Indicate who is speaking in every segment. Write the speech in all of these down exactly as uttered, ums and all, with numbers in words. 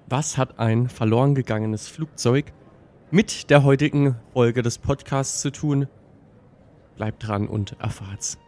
Speaker 1: Was hat ein verloren gegangenes Flugzeug mit der heutigen Folge des Podcasts zu tun? Bleibt dran und erfahrt's.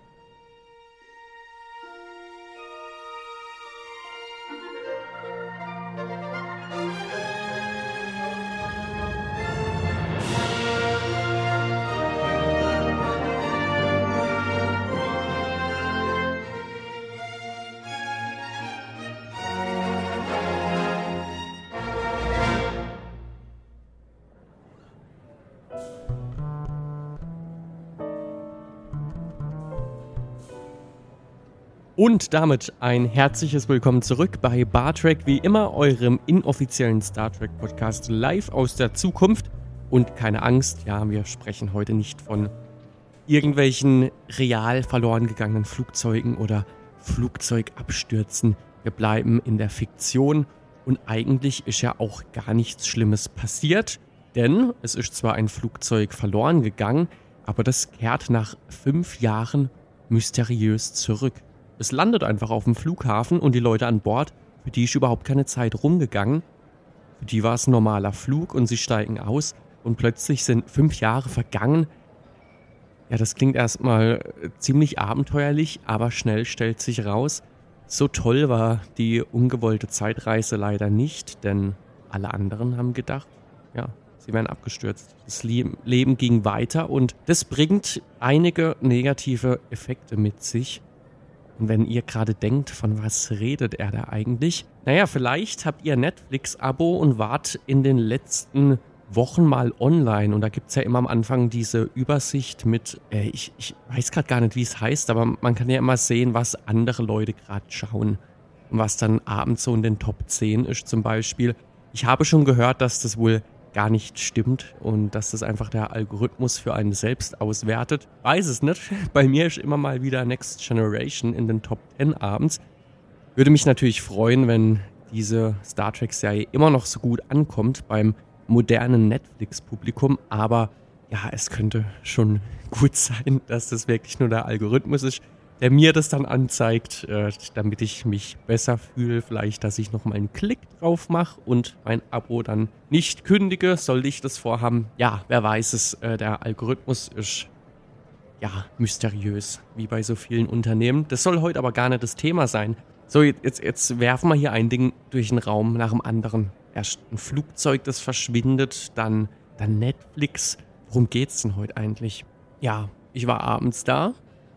Speaker 1: Und damit ein herzliches Willkommen zurück bei Bartrek, wie immer eurem inoffiziellen Star Trek Podcast live aus der Zukunft. Und keine Angst, ja, wir sprechen heute nicht von irgendwelchen real verloren gegangenen Flugzeugen oder Flugzeugabstürzen. Wir bleiben in der Fiktion und eigentlich ist ja auch gar nichts Schlimmes passiert, denn es ist zwar ein Flugzeug verloren gegangen, aber das kehrt nach fünf Jahren mysteriös zurück. Es landet einfach auf dem Flughafen und die Leute an Bord, für die ist überhaupt keine Zeit rumgegangen. Für die war es ein normaler Flug und sie steigen aus und plötzlich sind fünf Jahre vergangen. Ja, das klingt erstmal ziemlich abenteuerlich, aber schnell stellt sich raus, so toll war die ungewollte Zeitreise leider nicht, denn alle anderen haben gedacht, ja, sie wären abgestürzt. Das Leben ging weiter und das bringt einige negative Effekte mit sich. Und wenn ihr gerade denkt, von was redet er da eigentlich? Naja, vielleicht habt ihr Netflix-Abo und wart in den letzten Wochen mal online. Und da gibt es ja immer am Anfang diese Übersicht mit, äh, ich, ich weiß gerade gar nicht, wie es heißt, aber man kann ja immer sehen, was andere Leute gerade schauen. Und was dann abends so in den Top zehn ist zum Beispiel. Ich habe schon gehört, dass das wohl gar nicht stimmt und dass das einfach der Algorithmus für einen selbst auswertet. Weiß es nicht. Bei mir ist immer mal wieder Next Generation in den Top zehn abends. Würde mich natürlich freuen, wenn diese Star Trek-Serie immer noch so gut ankommt beim modernen Netflix-Publikum. Aber ja, es könnte schon gut sein, dass das wirklich nur der Algorithmus ist, der mir das dann anzeigt, äh, damit ich mich besser fühle. Vielleicht, dass ich nochmal einen Klick drauf mache und mein Abo dann nicht kündige, sollte ich das vorhaben. Ja, wer weiß es, äh, der Algorithmus ist ja mysteriös, wie bei so vielen Unternehmen. Das soll heute aber gar nicht das Thema sein. So, jetzt, jetzt werfen wir hier ein Ding durch den Raum nach dem anderen. Erst ein Flugzeug, das verschwindet, dann, dann Netflix. Worum geht's denn heute eigentlich? Ja, ich war abends da.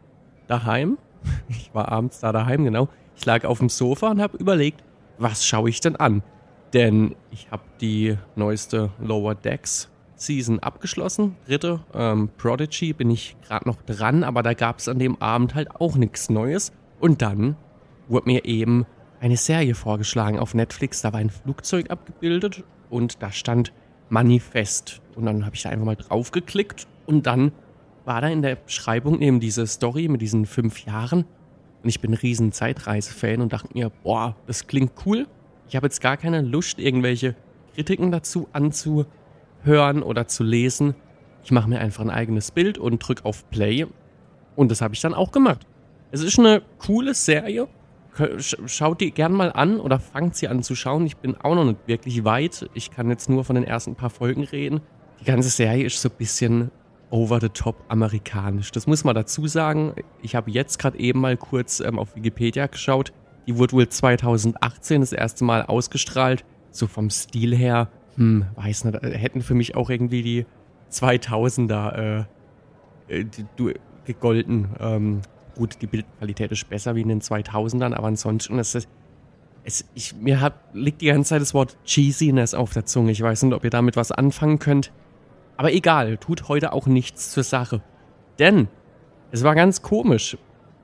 Speaker 1: daheim. Ich war abends da daheim, genau. Ich lag auf dem Sofa und habe überlegt, was schaue ich denn an? Denn ich habe die neueste Lower Decks Season abgeschlossen. Dritte, ähm, Prodigy, bin ich gerade noch dran, aber da gab es an dem Abend halt auch nichts Neues. Und dann wurde mir eben eine Serie vorgeschlagen auf Netflix. Da war ein Flugzeug abgebildet und da stand Manifest. Und dann habe ich da einfach mal drauf geklickt und dann war da in der Beschreibung eben diese Story mit diesen fünf Jahren. Und ich bin ein riesen Zeitreise-Fan und dachte mir, boah, das klingt cool. Ich habe jetzt gar keine Lust, irgendwelche Kritiken dazu anzuhören oder zu lesen. Ich mache mir einfach ein eigenes Bild und drücke auf Play. Und das habe ich dann auch gemacht. Es ist eine coole Serie. Schaut die gern mal an oder fangt sie an zu schauen. Ich bin auch noch nicht wirklich weit. Ich kann jetzt nur von den ersten paar Folgen reden. Die ganze Serie ist so ein bisschen over the top amerikanisch. Das muss man dazu sagen. Ich habe jetzt gerade eben mal kurz ähm, auf Wikipedia geschaut. Die wurde wohl zweitausendachtzehn das erste Mal ausgestrahlt. So vom Stil her, hm, weiß nicht, hätten für mich auch irgendwie die zweitausender äh, die, die, gegolten. Ähm, gut, die Bildqualität ist besser wie in den zweitausendern, aber ansonsten ist es, es ich, mir hat, liegt die ganze Zeit das Wort Cheesiness auf der Zunge. Ich weiß nicht, ob ihr damit was anfangen könnt. Aber egal, tut heute auch nichts zur Sache. Denn es war ganz komisch.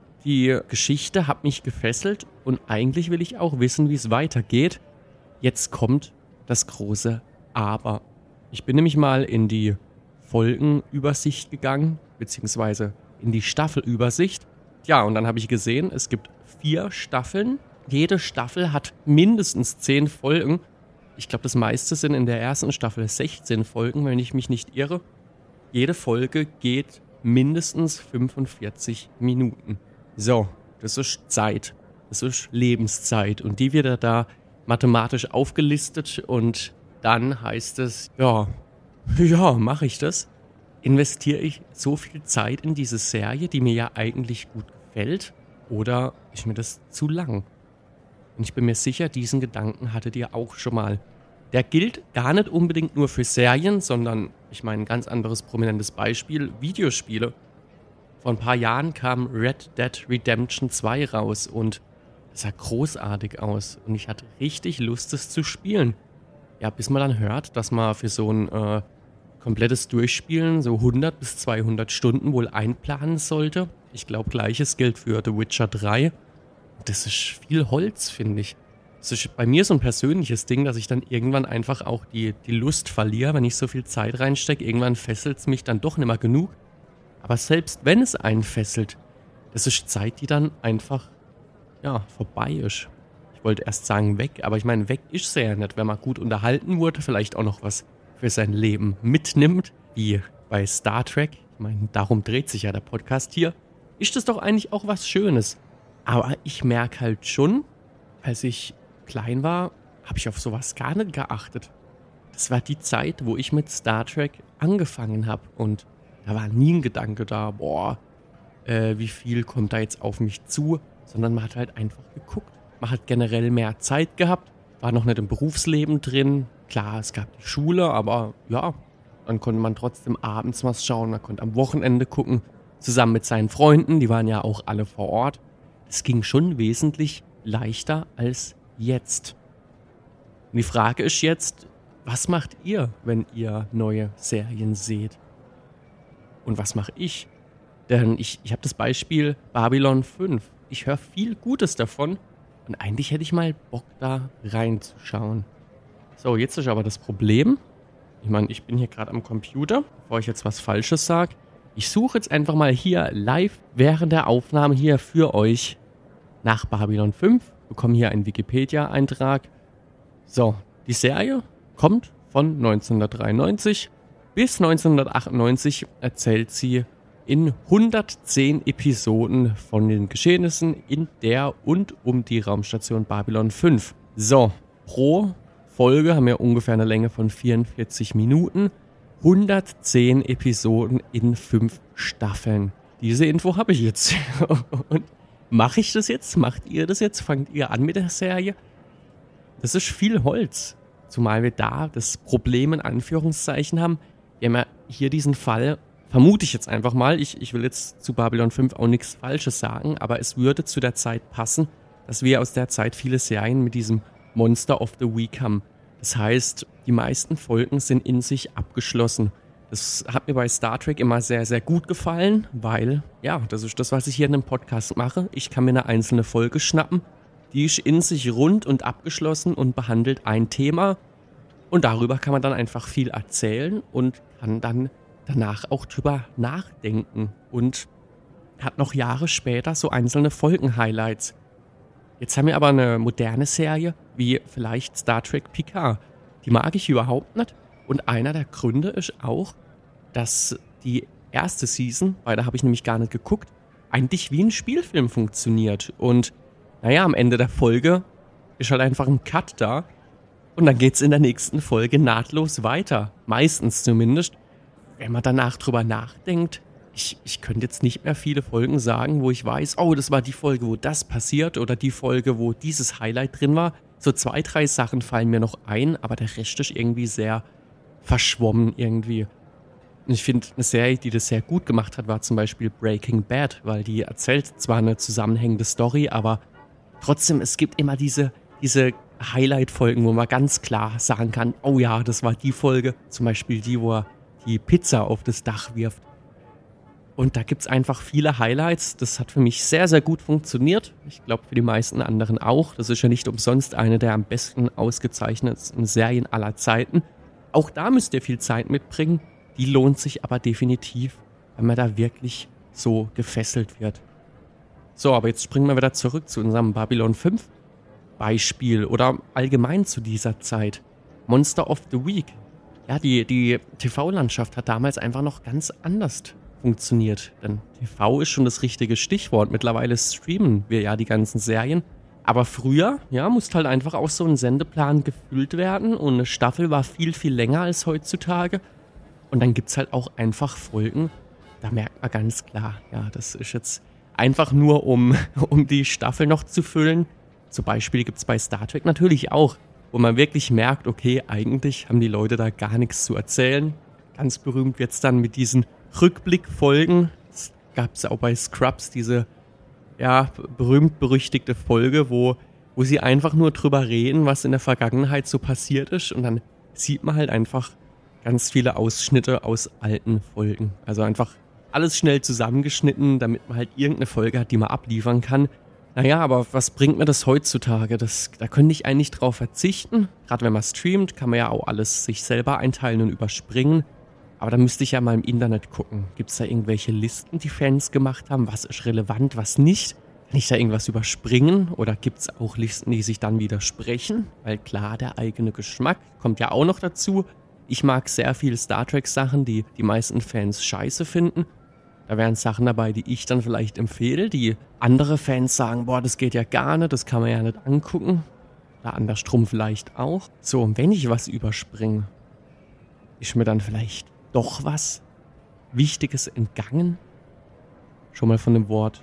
Speaker 1: Die Geschichte hat mich gefesselt und eigentlich will ich auch wissen, wie es weitergeht. Jetzt kommt das große Aber. Ich bin nämlich mal in die Folgenübersicht gegangen, beziehungsweise in die Staffelübersicht. Ja, und dann habe ich gesehen, es gibt vier Staffeln. Jede Staffel hat mindestens zehn Folgen. Ich glaube, das meiste sind in der ersten Staffel sechzehn Folgen, wenn ich mich nicht irre. Jede Folge geht mindestens fünfundvierzig Minuten. So, das ist Zeit. Das ist Lebenszeit. Und die wird er da mathematisch aufgelistet und dann heißt es, ja, ja, mache ich das? Investiere ich so viel Zeit in diese Serie, die mir ja eigentlich gut gefällt, oder ist mir das zu lang? Und ich bin mir sicher, diesen Gedanken hattet ihr auch schon mal. Der gilt gar nicht unbedingt nur für Serien, sondern, ich meine, ein ganz anderes prominentes Beispiel, Videospiele. Vor ein paar Jahren kam Red Dead Redemption zwei raus und es sah großartig aus und ich hatte richtig Lust, es zu spielen. Ja, bis man dann hört, dass man für so ein äh, komplettes Durchspielen so hundert bis zweihundert Stunden wohl einplanen sollte. Ich glaube, gleiches gilt für The Witcher drei. Das ist viel Holz, finde ich. Das ist bei mir so ein persönliches Ding, dass ich dann irgendwann einfach auch die, die Lust verliere, wenn ich so viel Zeit reinstecke. Irgendwann fesselt es mich dann doch nicht mehr genug. Aber selbst wenn es einen fesselt, das ist Zeit, die dann einfach, ja, vorbei ist. Ich wollte erst sagen weg, aber ich meine, weg ist sie ja nicht, wenn man gut unterhalten wurde, vielleicht auch noch was für sein Leben mitnimmt, wie bei Star Trek. Ich meine, darum dreht sich ja der Podcast hier. Ist das doch eigentlich auch was Schönes. Aber ich merke halt schon, als ich klein war, habe ich auf sowas gar nicht geachtet. Das war die Zeit, wo ich mit Star Trek angefangen habe und da war nie ein Gedanke da, boah, äh, wie viel kommt da jetzt auf mich zu, sondern man hat halt einfach geguckt. Man hat generell mehr Zeit gehabt, war noch nicht im Berufsleben drin. Klar, es gab die Schule, aber ja, dann konnte man trotzdem abends was schauen, man konnte am Wochenende gucken, zusammen mit seinen Freunden, die waren ja auch alle vor Ort. Es ging schon wesentlich leichter als jetzt. Und die Frage ist jetzt, was macht ihr, wenn ihr neue Serien seht? Und was mache ich? Denn ich, ich habe das Beispiel Babylon fünf. Ich höre viel Gutes davon und eigentlich hätte ich mal Bock, da reinzuschauen. So, jetzt ist aber das Problem. Ich meine, ich bin hier gerade am Computer, bevor ich jetzt was Falsches sage. Ich suche jetzt einfach mal hier live während der Aufnahme hier für euch nach Babylon fünf. Bekomme hier einen Wikipedia-Eintrag. So, die Serie kommt von neunzehnhundertdreiundneunzig bis neunzehnhundertachtundneunzig, erzählt sie in hundertzehn Episoden von den Geschehnissen in der und um die Raumstation Babylon fünf. So, pro Folge haben wir ungefähr eine Länge von vierundvierzig Minuten. hundertzehn Episoden in fünf Staffeln. Diese Info habe ich jetzt. Und mache ich das jetzt? Macht ihr das jetzt? Fangt ihr an mit der Serie? Das ist viel Holz. Zumal wir da das Problem in Anführungszeichen haben. Wir haben ja hier diesen Fall, vermute ich jetzt einfach mal, ich, ich will jetzt zu Babylon fünf auch nichts Falsches sagen, aber es würde zu der Zeit passen, dass wir aus der Zeit viele Serien mit diesem Monster of the Week haben. Das heißt, die meisten Folgen sind in sich abgeschlossen. Das hat mir bei Star Trek immer sehr, sehr gut gefallen, weil, ja, das ist das, was ich hier in einem Podcast mache. Ich kann mir eine einzelne Folge schnappen, die ist in sich rund und abgeschlossen und behandelt ein Thema. Und darüber kann man dann einfach viel erzählen und kann dann danach auch drüber nachdenken und hat noch Jahre später so einzelne Folgen-Highlights. Jetzt haben wir aber eine moderne Serie, wie vielleicht Star Trek Picard. Die mag ich überhaupt nicht. Und einer der Gründe ist auch, dass die erste Season, weil da habe ich nämlich gar nicht geguckt, eigentlich wie ein Spielfilm funktioniert. Und naja, am Ende der Folge ist halt einfach ein Cut da. Und dann geht's in der nächsten Folge nahtlos weiter. Meistens zumindest. Wenn man danach drüber nachdenkt, ich, ich könnte jetzt nicht mehr viele Folgen sagen, wo ich weiß, oh, das war die Folge, wo das passiert oder die Folge, wo dieses Highlight drin war. So zwei, drei Sachen fallen mir noch ein, aber der Rest ist irgendwie sehr verschwommen irgendwie. Und ich finde, eine Serie, die das sehr gut gemacht hat, war zum Beispiel Breaking Bad, weil die erzählt zwar eine zusammenhängende Story, aber trotzdem, es gibt immer diese, diese Highlight-Folgen, wo man ganz klar sagen kann, oh ja, das war die Folge, zum Beispiel die, wo er die Pizza auf das Dach wirft. Und da gibt es einfach viele Highlights. Das hat für mich sehr, sehr gut funktioniert. Ich glaube, für die meisten anderen auch. Das ist ja nicht umsonst eine der am besten ausgezeichnetsten Serien aller Zeiten. Auch da müsst ihr viel Zeit mitbringen. Die lohnt sich aber definitiv, wenn man da wirklich so gefesselt wird. So, aber jetzt springen wir wieder zurück zu unserem Babylon fünf Beispiel oder allgemein zu dieser Zeit. Monster of the Week. Ja, die, die T V-Landschaft hat damals einfach noch ganz anders funktioniert. Denn T V ist schon das richtige Stichwort. Mittlerweile streamen wir ja die ganzen Serien. Aber früher, ja, musste halt einfach auch so ein Sendeplan gefüllt werden und eine Staffel war viel, viel länger als heutzutage. Und dann gibt's halt auch einfach Folgen, da merkt man ganz klar, ja, das ist jetzt einfach nur, um, um die Staffel noch zu füllen. Zum Beispiel gibt's bei Star Trek natürlich auch, wo man wirklich merkt, okay, eigentlich haben die Leute da gar nichts zu erzählen. Ganz berühmt wird's dann mit diesen Rückblickfolgen. Es gab's auch bei Scrubs diese, ja, berühmt-berüchtigte Folge, wo, wo sie einfach nur drüber reden, was in der Vergangenheit so passiert ist. Und dann sieht man halt einfach ganz viele Ausschnitte aus alten Folgen. Also einfach alles schnell zusammengeschnitten, damit man halt irgendeine Folge hat, die man abliefern kann. Naja, aber was bringt mir das heutzutage? Das, da könnte ich eigentlich drauf verzichten. Gerade wenn man streamt, kann man ja auch alles sich selber einteilen und überspringen. Aber da müsste ich ja mal im Internet gucken. Gibt es da irgendwelche Listen, die Fans gemacht haben? Was ist relevant, was nicht? Kann ich da irgendwas überspringen? Oder gibt es auch Listen, die sich dann widersprechen? Weil klar, der eigene Geschmack kommt ja auch noch dazu. Ich mag sehr viele Star Trek-Sachen, die die meisten Fans scheiße finden. Da wären Sachen dabei, die ich dann vielleicht empfehle, die andere Fans sagen, boah, das geht ja gar nicht, das kann man ja nicht angucken. Oder andersrum vielleicht auch. So, und wenn ich was überspringe, ist mir dann vielleicht doch was Wichtiges entgangen? Schon mal von dem Wort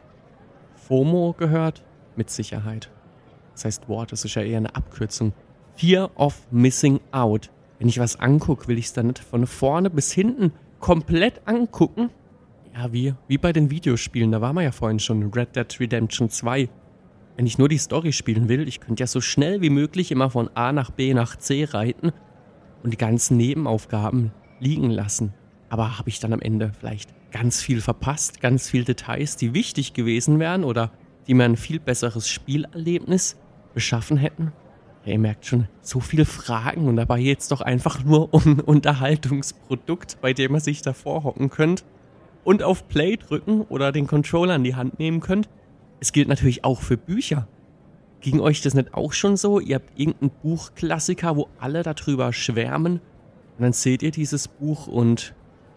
Speaker 1: FOMO gehört? Mit Sicherheit. Das heißt Wort, das ist ja eher eine Abkürzung. Fear of Missing Out. Wenn ich was angucke, will ich es dann nicht von vorne bis hinten komplett angucken. Ja, wie, wie bei den Videospielen, da waren wir ja vorhin schon, Red Dead Redemption zwei. Wenn ich nur die Story spielen will, ich könnte ja so schnell wie möglich immer von A nach B nach C reiten und die ganzen Nebenaufgaben liegen lassen. Aber habe ich dann am Ende vielleicht ganz viel verpasst, ganz viele Details, die wichtig gewesen wären oder die mir ein viel besseres Spielerlebnis beschaffen hätten? Ja, ihr merkt schon, so viele Fragen und dabei jetzt doch einfach nur um ein Unterhaltungsprodukt, bei dem man sich davor hocken könnte und auf Play drücken oder den Controller in die Hand nehmen könnt. Es gilt natürlich auch für Bücher. Ging euch das nicht auch schon so? Ihr habt irgendeinen Buchklassiker, wo alle darüber schwärmen und dann seht ihr dieses Buch und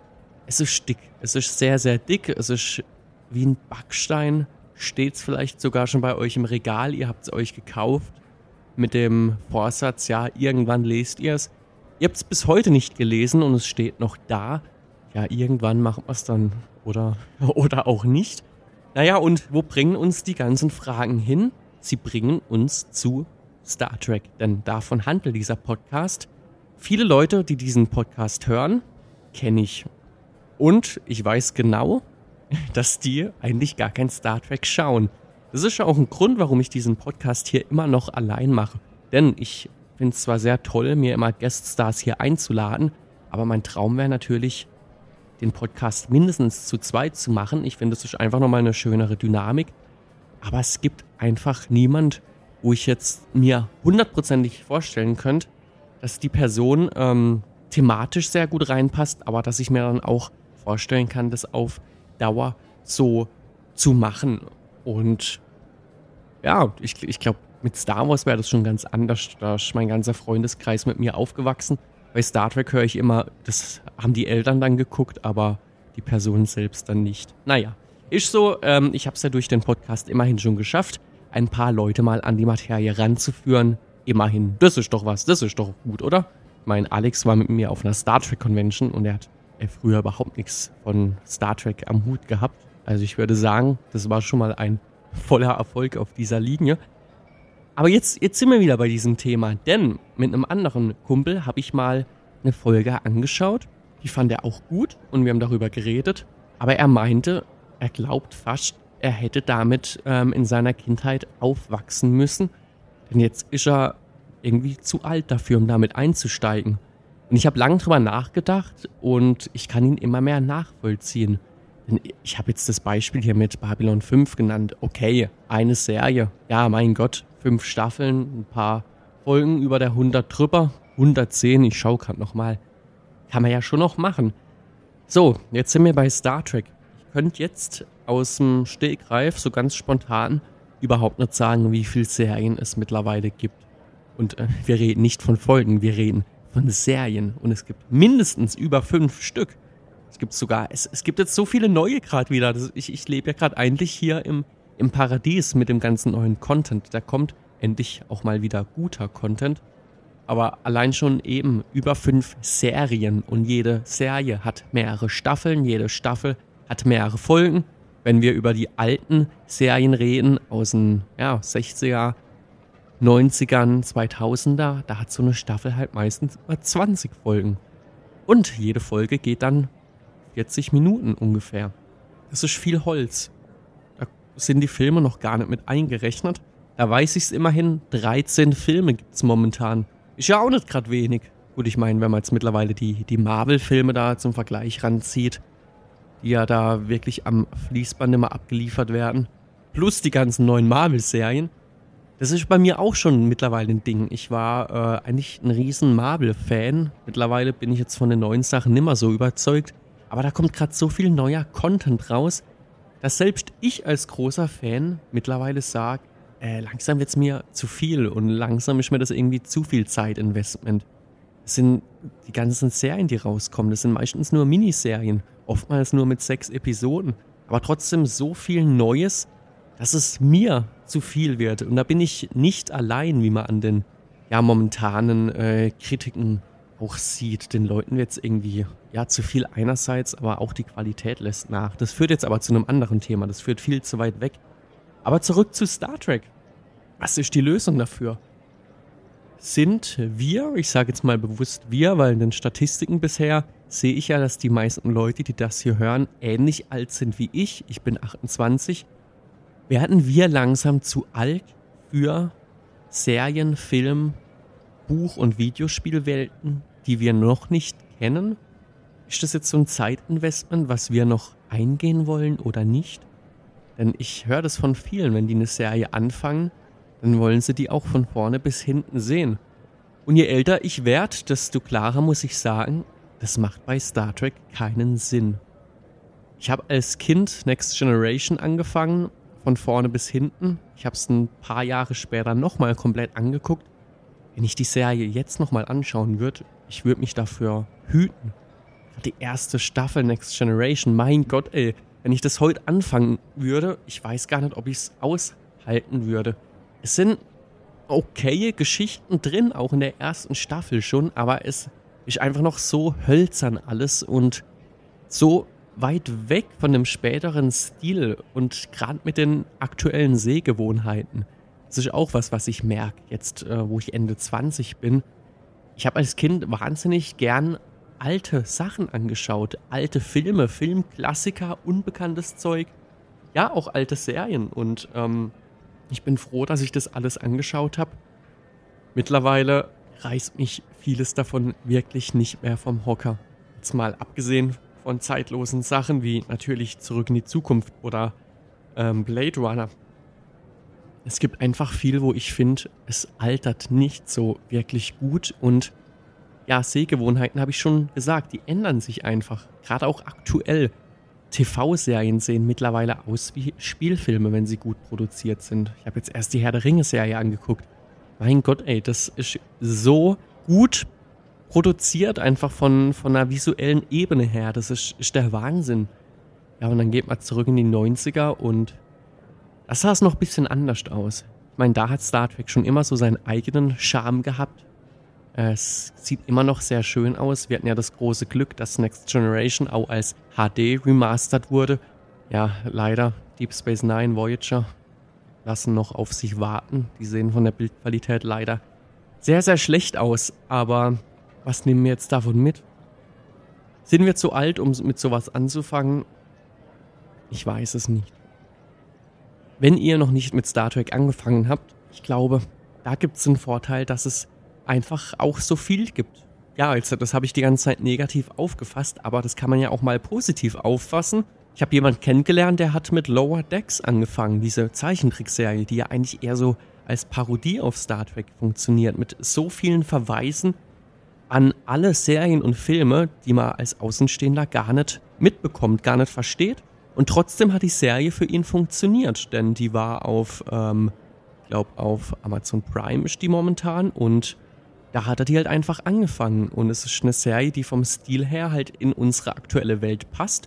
Speaker 1: es ist dick. Es ist sehr, sehr dick. Es ist wie ein Backstein. Steht es vielleicht sogar schon bei euch im Regal. Ihr habt es euch gekauft mit dem Vorsatz, ja, irgendwann lest ihr es. Ihr habt es bis heute nicht gelesen und es steht noch da. Ja, irgendwann machen wir es dann oder, oder auch nicht. Naja, und wo bringen uns die ganzen Fragen hin? Sie bringen uns zu Star Trek, denn davon handelt dieser Podcast. Viele Leute, die diesen Podcast hören, kenne ich. Und ich weiß genau, dass die eigentlich gar kein Star Trek schauen. Das ist ja auch ein Grund, warum ich diesen Podcast hier immer noch allein mache. Denn ich finde es zwar sehr toll, mir immer Gueststars hier einzuladen, aber mein Traum wäre natürlich, den Podcast mindestens zu zweit zu machen. Ich finde, das ist einfach nochmal eine schönere Dynamik. Aber es gibt einfach niemand, wo ich jetzt mir hundertprozentig vorstellen könnte, dass die Person ähm, thematisch sehr gut reinpasst, aber dass ich mir dann auch vorstellen kann, das auf Dauer so zu machen. Und ja, ich, ich glaube, mit Star Wars wäre das schon ganz anders. Da ist mein ganzer Freundeskreis mit mir aufgewachsen. Bei Star Trek höre ich immer, das haben die Eltern dann geguckt, aber die Person selbst dann nicht. Naja, ist so, ähm, ich habe es ja durch den Podcast immerhin schon geschafft, ein paar Leute mal an die Materie ranzuführen. Immerhin, das ist doch was, das ist doch gut, oder? Ich meine, Alex war mit mir auf einer Star Trek Convention und er hat äh, früher überhaupt nichts von Star Trek am Hut gehabt. Also ich würde sagen, das war schon mal ein voller Erfolg auf dieser Linie. Aber jetzt, jetzt sind wir wieder bei diesem Thema, denn mit einem anderen Kumpel habe ich mal eine Folge angeschaut. Die fand er auch gut und wir haben darüber geredet. Aber er meinte, er glaubt fast, er hätte damit ähm, in seiner Kindheit aufwachsen müssen. Denn jetzt ist er irgendwie zu alt dafür, um damit einzusteigen. Und ich habe lange drüber nachgedacht und ich kann ihn immer mehr nachvollziehen. Denn ich habe jetzt das Beispiel hier mit Babylon fünf genannt. Okay, eine Serie. Ja, mein Gott, fünf Staffeln, ein paar Folgen über der hundert drüber. hundertzehn, ich schaue gerade nochmal. Kann man ja schon noch machen. So, jetzt sind wir bei Star Trek. Ich könnte jetzt aus dem Stegreif so ganz spontan überhaupt nicht sagen, wie viele Serien es mittlerweile gibt. Und äh, wir reden nicht von Folgen, wir reden von Serien. Und es gibt mindestens über fünf Stück. Es gibt sogar, es, es gibt jetzt so viele neue gerade wieder. Das, ich, ich lebe ja gerade eigentlich hier im im Paradies mit dem ganzen neuen Content. Da kommt endlich auch mal wieder guter Content. Aber allein schon eben über fünf Serien und jede Serie hat mehrere Staffeln, jede Staffel hat mehrere Folgen. Wenn wir über die alten Serien reden, aus den ja, sechziger, neunzigern, zweitausender, da hat so eine Staffel halt meistens über zwanzig Folgen. Und jede Folge geht dann vierzig Minuten ungefähr. Das ist viel Holz. Da sind die Filme noch gar nicht mit eingerechnet. Da weiß ich es immerhin, dreizehn Filme gibt es momentan. Ist ja auch nicht gerade wenig. Gut, ich meine, wenn man jetzt mittlerweile die, die Marvel-Filme da zum Vergleich ranzieht, die ja da wirklich am Fließband immer abgeliefert werden, plus die ganzen neuen Marvel-Serien, das ist bei mir auch schon mittlerweile ein Ding. Ich war äh, eigentlich ein riesen Marvel-Fan. Mittlerweile bin ich jetzt von den neuen Sachen nimmer so überzeugt. Aber da kommt gerade so viel neuer Content raus, dass selbst ich als großer Fan mittlerweile sage, Äh, langsam wird's mir zu viel und langsam ist mir das irgendwie zu viel Zeitinvestment. Das sind die ganzen Serien, die rauskommen, das sind meistens nur Miniserien, oftmals nur mit sechs Episoden, aber trotzdem so viel Neues, dass es mir zu viel wird. Und da bin ich nicht allein, wie man an den ja, momentanen äh, Kritiken auch sieht. Den Leuten wird's irgendwie ja zu viel einerseits, aber auch die Qualität lässt nach. Das führt jetzt aber zu einem anderen Thema, das führt viel zu weit weg. Aber zurück zu Star Trek. Was ist die Lösung dafür? Sind wir, ich sage jetzt mal bewusst wir, weil in den Statistiken bisher sehe ich ja, dass die meisten Leute, die das hier hören, ähnlich alt sind wie ich. Ich bin achtundzwanzig. Werden wir langsam zu alt für Serien, Film, Buch- und Videospielwelten, die wir noch nicht kennen? Ist das jetzt so ein Zeitinvestment, was wir noch eingehen wollen oder nicht? Denn ich höre das von vielen, wenn die eine Serie anfangen, dann wollen sie die auch von vorne bis hinten sehen. Und je älter ich werde, desto klarer muss ich sagen, das macht bei Star Trek keinen Sinn. Ich habe als Kind Next Generation angefangen, von vorne bis hinten. Ich habe es ein paar Jahre später nochmal komplett angeguckt. Wenn ich die Serie jetzt nochmal anschauen würde, ich würde mich dafür hüten. Die erste Staffel Next Generation, mein Gott ey, wenn ich das heute anfangen würde, ich weiß gar nicht, ob ich es aushalten würde. Es sind okaye Geschichten drin, auch in der ersten Staffel schon, aber es ist einfach noch so hölzern alles und so weit weg von dem späteren Stil und gerade mit den aktuellen Sehgewohnheiten. Das ist auch was, was ich merke, jetzt äh, wo ich Ende zwanzig bin. Ich habe als Kind wahnsinnig gern alte Sachen angeschaut, alte Filme, Filmklassiker, unbekanntes Zeug, ja auch alte Serien und ähm, ich bin froh, dass ich das alles angeschaut habe. Mittlerweile reißt mich vieles davon wirklich nicht mehr vom Hocker. Jetzt mal abgesehen von zeitlosen Sachen wie natürlich Zurück in die Zukunft oder ähm, Blade Runner. Es gibt einfach viel, wo ich finde, es altert nicht so wirklich gut und ja, Sehgewohnheiten habe ich schon gesagt, die ändern sich einfach. Gerade auch aktuell. T V-Serien sehen mittlerweile aus wie Spielfilme, wenn sie gut produziert sind. Ich habe jetzt erst die Herr der Ringe-Serie angeguckt. Mein Gott, ey, das ist so gut produziert, einfach von, von einer visuellen Ebene her. Das ist, ist der Wahnsinn. Ja, und dann geht man zurück in die neunziger und da sah es noch ein bisschen anders aus. Ich meine, da hat Star Trek schon immer so seinen eigenen Charme gehabt. Es sieht immer noch sehr schön aus. Wir hatten ja das große Glück, dass Next Generation auch als H D remastered wurde. Ja, leider, Deep Space Nine, Voyager lassen noch auf sich warten. Die sehen von der Bildqualität leider sehr, sehr schlecht aus. Aber was nehmen wir jetzt davon mit? Sind wir zu alt, um mit sowas anzufangen? Ich weiß es nicht. Wenn ihr noch nicht mit Star Trek angefangen habt, ich glaube, da gibt es einen Vorteil, dass es einfach auch so viel gibt. Ja, also das habe ich die ganze Zeit negativ aufgefasst, aber das kann man ja auch mal positiv auffassen. Ich habe jemanden kennengelernt, der hat mit Lower Decks angefangen, diese Zeichentrickserie, die ja eigentlich eher so als Parodie auf Star Trek funktioniert, mit so vielen Verweisen an alle Serien und Filme, die man als Außenstehender gar nicht mitbekommt, gar nicht versteht. Und trotzdem hat die Serie für ihn funktioniert, denn die war auf, ähm, ich glaube auf Amazon Prime ist die momentan und da hat er die halt einfach angefangen und es ist eine Serie, die vom Stil her halt in unsere aktuelle Welt passt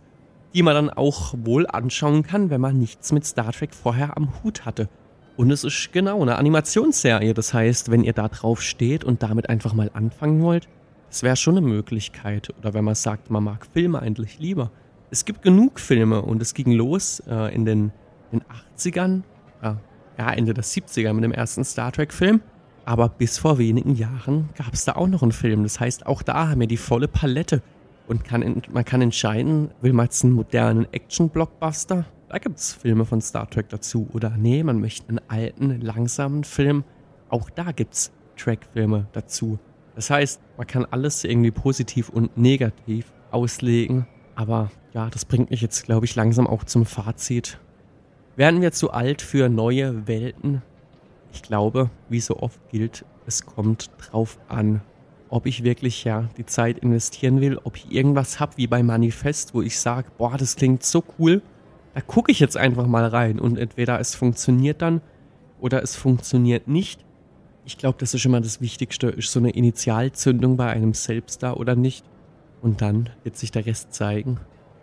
Speaker 1: die man dann auch wohl anschauen kann, wenn man nichts mit Star Trek vorher am Hut hatte. Und es ist genau eine Animationsserie, das heißt, wenn ihr da drauf steht und damit einfach mal anfangen wollt, das wäre schon eine Möglichkeit. Oder wenn man sagt, man mag Filme eigentlich lieber. Es gibt genug Filme und es ging los äh, in den, den achtzigern, äh, ja Ende der siebziger mit dem ersten Star Trek-Film. Aber bis vor wenigen Jahren gab es da auch noch einen Film. Das heißt, auch da haben wir die volle Palette. Und kann, man kann entscheiden, will man jetzt einen modernen Action-Blockbuster? Da gibt es Filme von Star Trek dazu. Oder nee, man möchte einen alten, langsamen Film. Auch da gibt es Trek-Filme dazu. Das heißt, man kann alles irgendwie positiv und negativ auslegen. Aber ja, das bringt mich jetzt, glaube ich, langsam auch zum Fazit. Werden wir zu alt für neue Welten? Ich glaube, wie so oft gilt, es kommt drauf an, ob ich wirklich ja die Zeit investieren will, ob ich irgendwas habe wie bei Manifest, wo ich sage, boah, das klingt so cool, da gucke ich jetzt einfach mal rein und entweder es funktioniert dann oder es funktioniert nicht. Ich glaube, das ist immer das Wichtigste, ist so eine Initialzündung bei einem selbst da oder nicht und dann wird sich der Rest zeigen.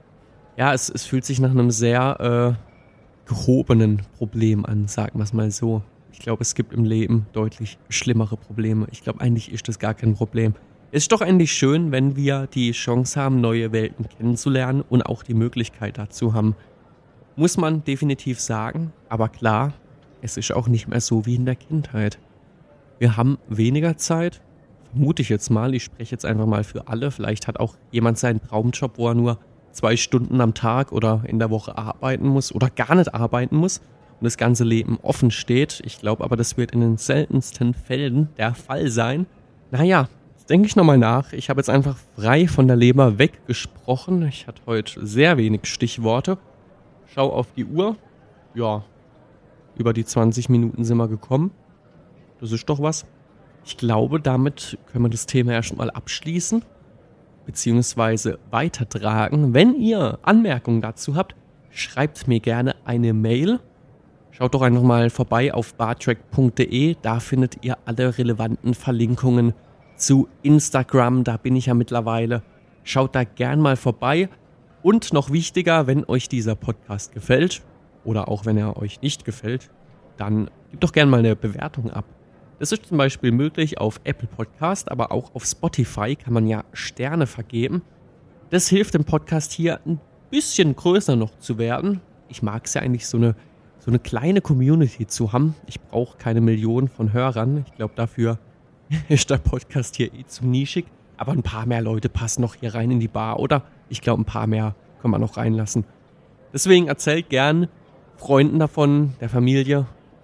Speaker 1: Ja, es, es fühlt sich nach einem sehr äh, gehobenen Problem an, sagen wir es mal so. Ich glaube, es gibt im Leben deutlich schlimmere Probleme. Ich glaube, eigentlich ist das gar kein Problem. Es ist doch eigentlich schön, wenn wir die Chance haben, neue Welten kennenzulernen und auch die Möglichkeit dazu haben. Muss man definitiv sagen, aber klar, es ist auch nicht mehr so wie in der Kindheit. Wir haben weniger Zeit, vermute ich jetzt mal, ich spreche jetzt einfach mal für alle. Vielleicht hat auch jemand seinen Traumjob, wo er nur zwei Stunden am Tag oder in der Woche arbeiten muss oder gar nicht arbeiten muss. Und das ganze Leben offen steht. Ich glaube aber, das wird in den seltensten Fällen der Fall sein. Naja, jetzt denke ich nochmal nach. Ich habe jetzt einfach frei von der Leber weggesprochen. Ich hatte heute sehr wenig Stichworte. Schau auf die Uhr. Ja, über die zwanzig Minuten sind wir gekommen. Das ist doch was. Ich glaube, damit können wir das Thema erstmal abschließen. Beziehungsweise weitertragen. Wenn ihr Anmerkungen dazu habt, schreibt mir gerne eine Mail. Schaut doch einfach mal vorbei auf bartrek punkt de, da findet ihr alle relevanten Verlinkungen zu Instagram, da bin ich ja mittlerweile. Schaut da gern mal vorbei und noch wichtiger, wenn euch dieser Podcast gefällt oder auch wenn er euch nicht gefällt, dann gebt doch gern mal eine Bewertung ab. Das ist zum Beispiel möglich auf Apple Podcast, aber auch auf Spotify kann man ja Sterne vergeben. Das hilft dem Podcast hier ein bisschen größer noch zu werden. Ich mag es ja eigentlich so eine so eine kleine Community zu haben. Ich brauche keine Millionen von Hörern. Ich glaube, dafür ist der Podcast hier eh zu nischig. Aber ein paar mehr Leute passen noch hier rein in die Bar. Oder ich glaube, ein paar mehr kann man noch reinlassen. Deswegen erzählt gern Freunden davon, der Familie.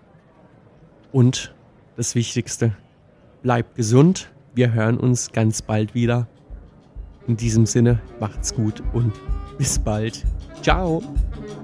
Speaker 1: Und das Wichtigste, bleibt gesund. Wir hören uns ganz bald wieder. In diesem Sinne, macht's gut und bis bald. Ciao.